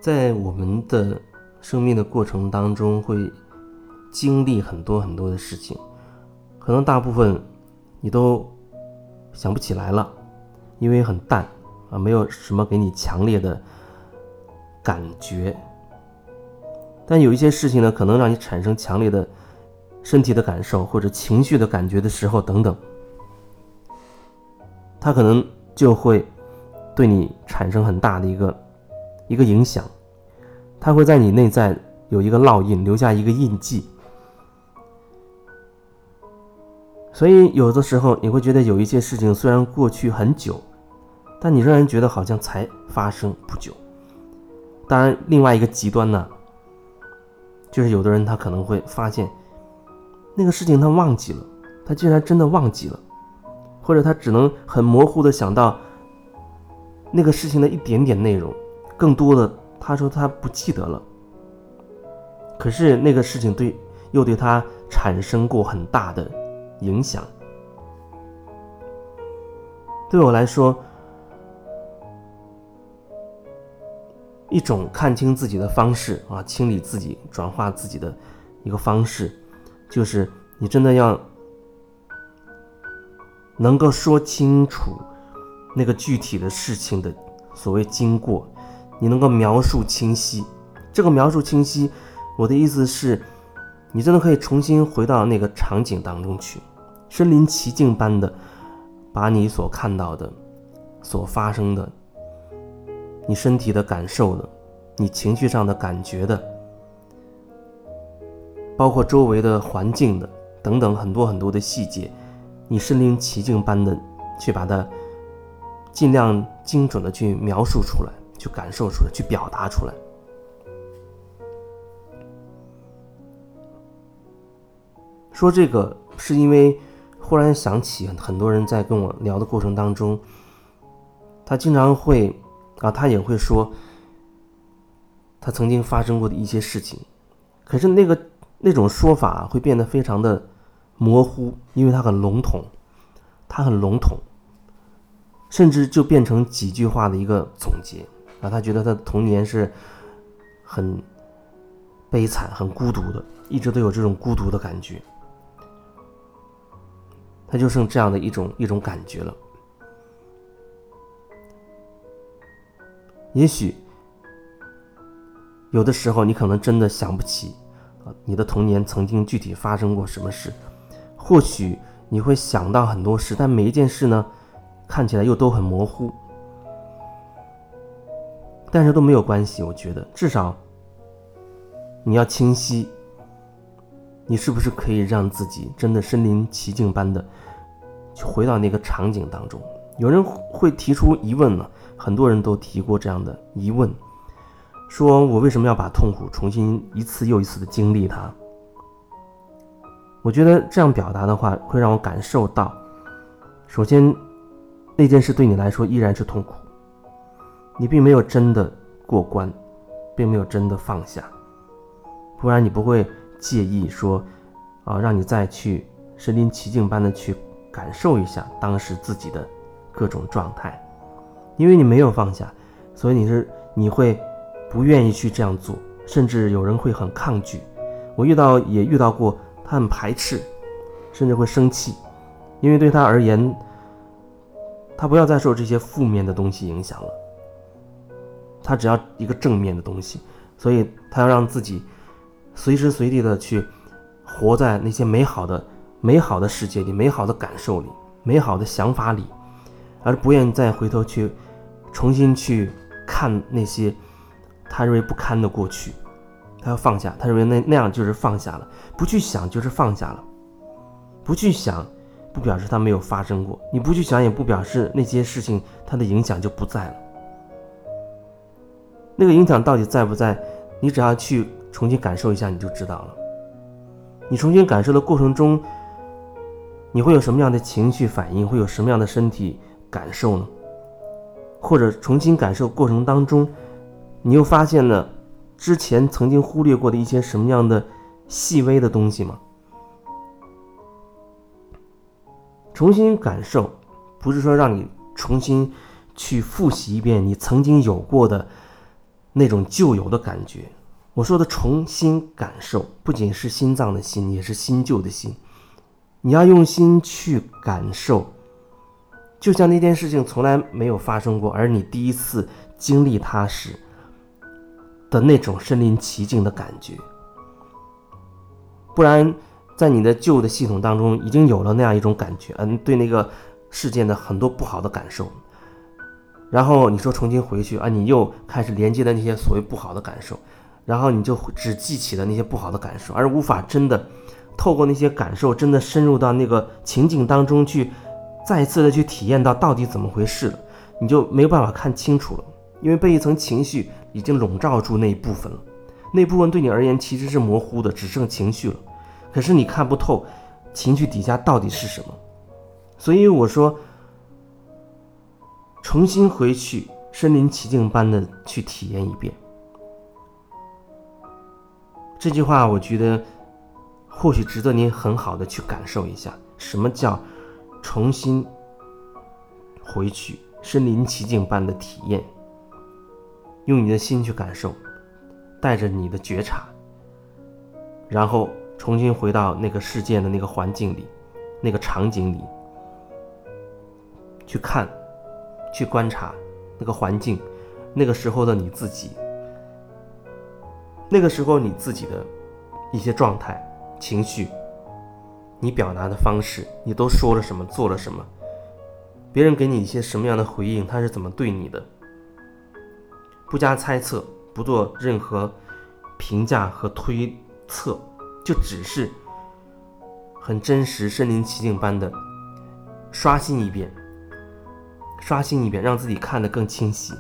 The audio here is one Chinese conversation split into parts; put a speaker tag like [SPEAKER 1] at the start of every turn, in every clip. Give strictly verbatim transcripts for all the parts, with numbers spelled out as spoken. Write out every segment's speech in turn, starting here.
[SPEAKER 1] 在我们的生命的过程当中，会经历很多很多的事情，可能大部分你都想不起来了，因为很淡啊，没有什么给你强烈的感觉。但有一些事情呢，可能让你产生强烈的身体的感受或者情绪的感觉的时候等等，它可能就会对你产生很大的一个一个影响，它会在你内在有一个烙印，留下一个印记。所以有的时候你会觉得有一些事情虽然过去很久，但你仍然觉得好像才发生不久。当然另外一个极端呢，就是有的人他可能会发现那个事情他忘记了，他竟然真的忘记了，或者他只能很模糊的想到那个事情的一点点内容，更多的他说他不记得了，可是那个事情对又对他产生过很大的影响。对我来说，一种看清自己的方式啊，清理自己、转化自己的一个方式，就是你真的要能够说清楚那个具体的事情的所谓经过，你能够描述清晰。这个描述清晰，我的意思是，你真的可以重新回到那个场景当中去，身临其境般的把你所看到的、所发生的、你身体的感受的、你情绪上的感觉的，包括周围的环境的等等很多很多的细节，你身临其境般的去把它尽量精准的去描述出来，去感受出来，去表达出来。说这个是因为忽然想起很多人在跟我聊的过程当中，他经常会啊，他也会说他曾经发生过的一些事情，可是那个那种说法会变得非常的模糊，因为它很笼统，它很笼统，甚至就变成几句话的一个总结啊。他觉得他的童年是很悲惨、很孤独的，一直都有这种孤独的感觉，他就剩这样的一种一种感觉了。也许有的时候你可能真的想不起啊，你的童年曾经具体发生过什么事，或许你会想到很多事，但每一件事呢，看起来又都很模糊。但是都没有关系，我觉得至少你要清晰，你是不是可以让自己真的身临其境般的去回到那个场景当中。有人会提出疑问呢，很多人都提过这样的疑问，说我为什么要把痛苦重新一次又一次的经历它？我觉得这样表达的话会让我感受到，首先那件事对你来说依然是痛苦，你并没有真的过关，并没有真的放下，不然你不会介意说啊，让你再去身临其境般的去感受一下当时自己的各种状态。因为你没有放下，所以你是你会不愿意去这样做，甚至有人会很抗拒。我遇到也遇到过，他很排斥，甚至会生气，因为对他而言，他不要再受这些负面的东西影响了，他只要一个正面的东西，所以他要让自己随时随地的去活在那些美好的美好的世界里、美好的感受里、美好的想法里，而不愿意再回头去重新去看那些他认为不堪的过去。他要放下，他认为那那样就是放下了，不去想就是放下了。不去想不表示它没有发生过，你不去想也不表示那些事情它的影响就不在了。那个影响到底在不在，你只要去重新感受一下你就知道了。你重新感受的过程中，你会有什么样的情绪反应，会有什么样的身体感受呢？或者重新感受过程当中，你又发现了之前曾经忽略过的一些什么样的细微的东西吗？重新感受不是说让你重新去复习一遍你曾经有过的那种旧有的感觉。我说的重新感受，不仅是心脏的心，也是新旧的心。你要用心去感受，就像那件事情从来没有发生过，而你第一次经历它时的那种身临其境的感觉。不然在你的旧的系统当中已经有了那样一种感觉，嗯，对那个事件的很多不好的感受，然后你说重新回去啊，你又开始连接的那些所谓不好的感受，然后你就只记起了那些不好的感受，而无法真的透过那些感受真的深入到那个情景当中去，再一次的去体验到到底怎么回事了，你就没有办法看清楚了，因为被一层情绪已经笼罩住那一部分了，那部分对你而言其实是模糊的，只剩情绪了，可是你看不透情绪底下到底是什么。所以我说重新回去身临其境般的去体验一遍，这句话我觉得或许值得您很好的去感受一下，什么叫重新回去身临其境般的体验，用你的心去感受，带着你的觉察，然后重新回到那个事件的那个环境里，那个场景里去看，去观察那个环境，那个时候的你自己，那个时候你自己的一些状态、情绪，你表达的方式，你都说了什么，做了什么，别人给你一些什么样的回应，他是怎么对你的，不加猜测，不做任何评价和推测，就只是很真实身临其境般的刷新一遍刷新一遍，让自己看得更清晰。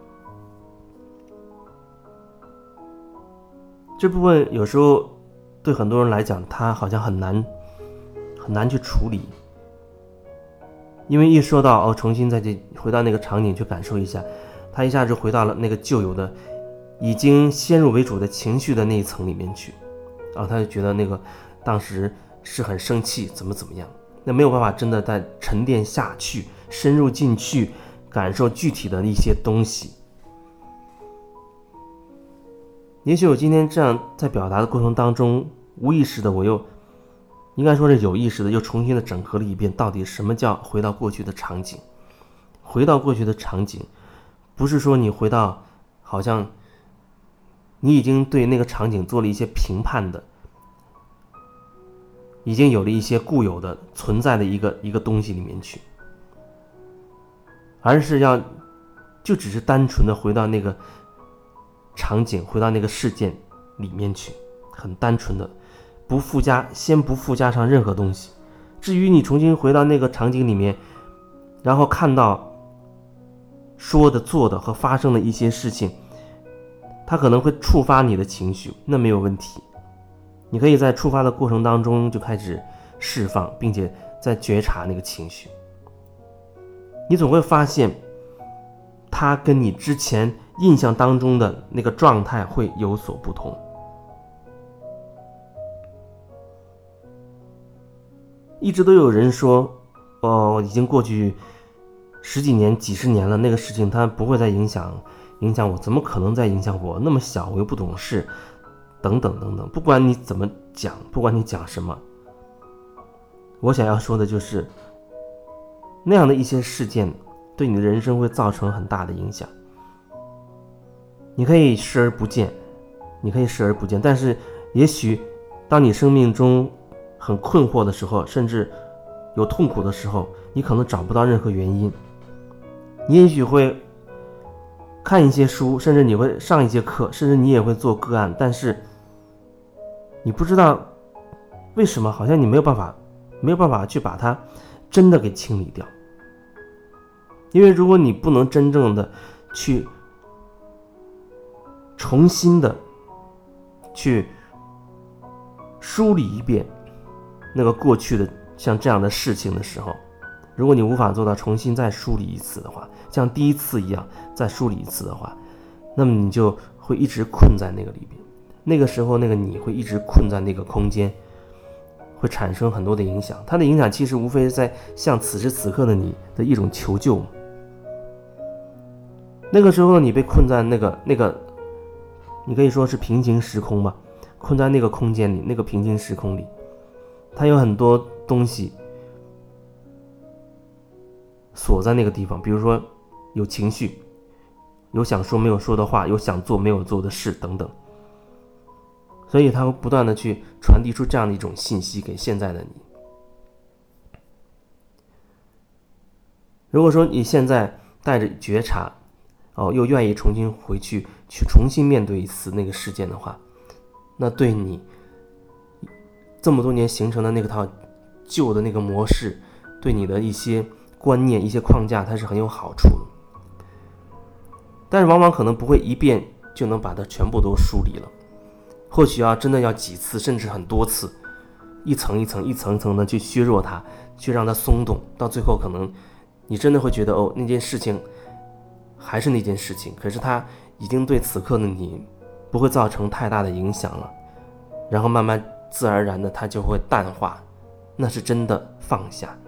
[SPEAKER 1] 这部分有时候对很多人来讲，他好像很难很难去处理，因为一说到哦，重新再去回到那个场景去感受一下，他一下就回到了那个旧有的已经先入为主的情绪的那一层里面去，然后他就觉得那个当时是很生气，怎么怎么样，那没有办法真的再沉淀下去，深入进去感受具体的一些东西。也许我今天这样在表达的过程当中，无意识的我又应该说是有意识的又重新的整合了一遍，到底什么叫回到过去的场景。回到过去的场景不是说你回到好像你已经对那个场景做了一些评判的，已经有了一些固有的存在的一个一个东西里面去，而是要就只是单纯的回到那个场景，回到那个事件里面去，很单纯的不附加先不附加上任何东西。至于你重新回到那个场景里面，然后看到说的做的和发生的一些事情，它可能会触发你的情绪，那没有问题，你可以在触发的过程当中就开始释放，并且在觉察那个情绪，你总会发现它跟你之前印象当中的那个状态会有所不同。一直都有人说哦，已经过去十几年几十年了，那个事情它不会再影响影响我，怎么可能再影响我，那么小我又不懂事，等等等等。不管你怎么讲，不管你讲什么，我想要说的就是那样的一些事件对你的人生会造成很大的影响。你可以视而不见，你可以视而不见，但是也许当你生命中很困惑的时候，甚至有痛苦的时候，你可能找不到任何原因，你也许会看一些书，甚至你会上一节课，甚至你也会做个案，但是你不知道为什么，好像你没有办法没有办法去把它真的给清理掉。因为如果你不能真正的去重新的去梳理一遍那个过去的像这样的事情的时候，如果你无法做到重新再梳理一次的话，像第一次一样再梳理一次的话，那么你就会一直困在那个里边，那个时候那个你会一直困在那个空间，会产生很多的影响。它的影响其实无非是在向此时此刻的你的一种求救。那个时候你被困在那个那个你可以说是平行时空吧，困在那个空间里，那个平行时空里，它有很多东西锁在那个地方，比如说有情绪，有想说没有说的话，有想做没有做的事等等，所以它会不断的去传递出这样的一种信息给现在的你。如果说你现在带着觉察，哦，又愿意重新回去去重新面对一次那个事件的话，那对你这么多年形成的那个套旧的那个模式，对你的一些观念、一些框架，它是很有好处的。但是往往可能不会一遍就能把它全部都梳理了，或许要真的要几次，甚至很多次，一层一层、一层层的去削弱它，去让它松动，到最后可能你真的会觉得，哦，那件事情还是那件事情，可是它已经对此刻的你不会造成太大的影响了，然后慢慢自然而然的它就会淡化，那是真的放下。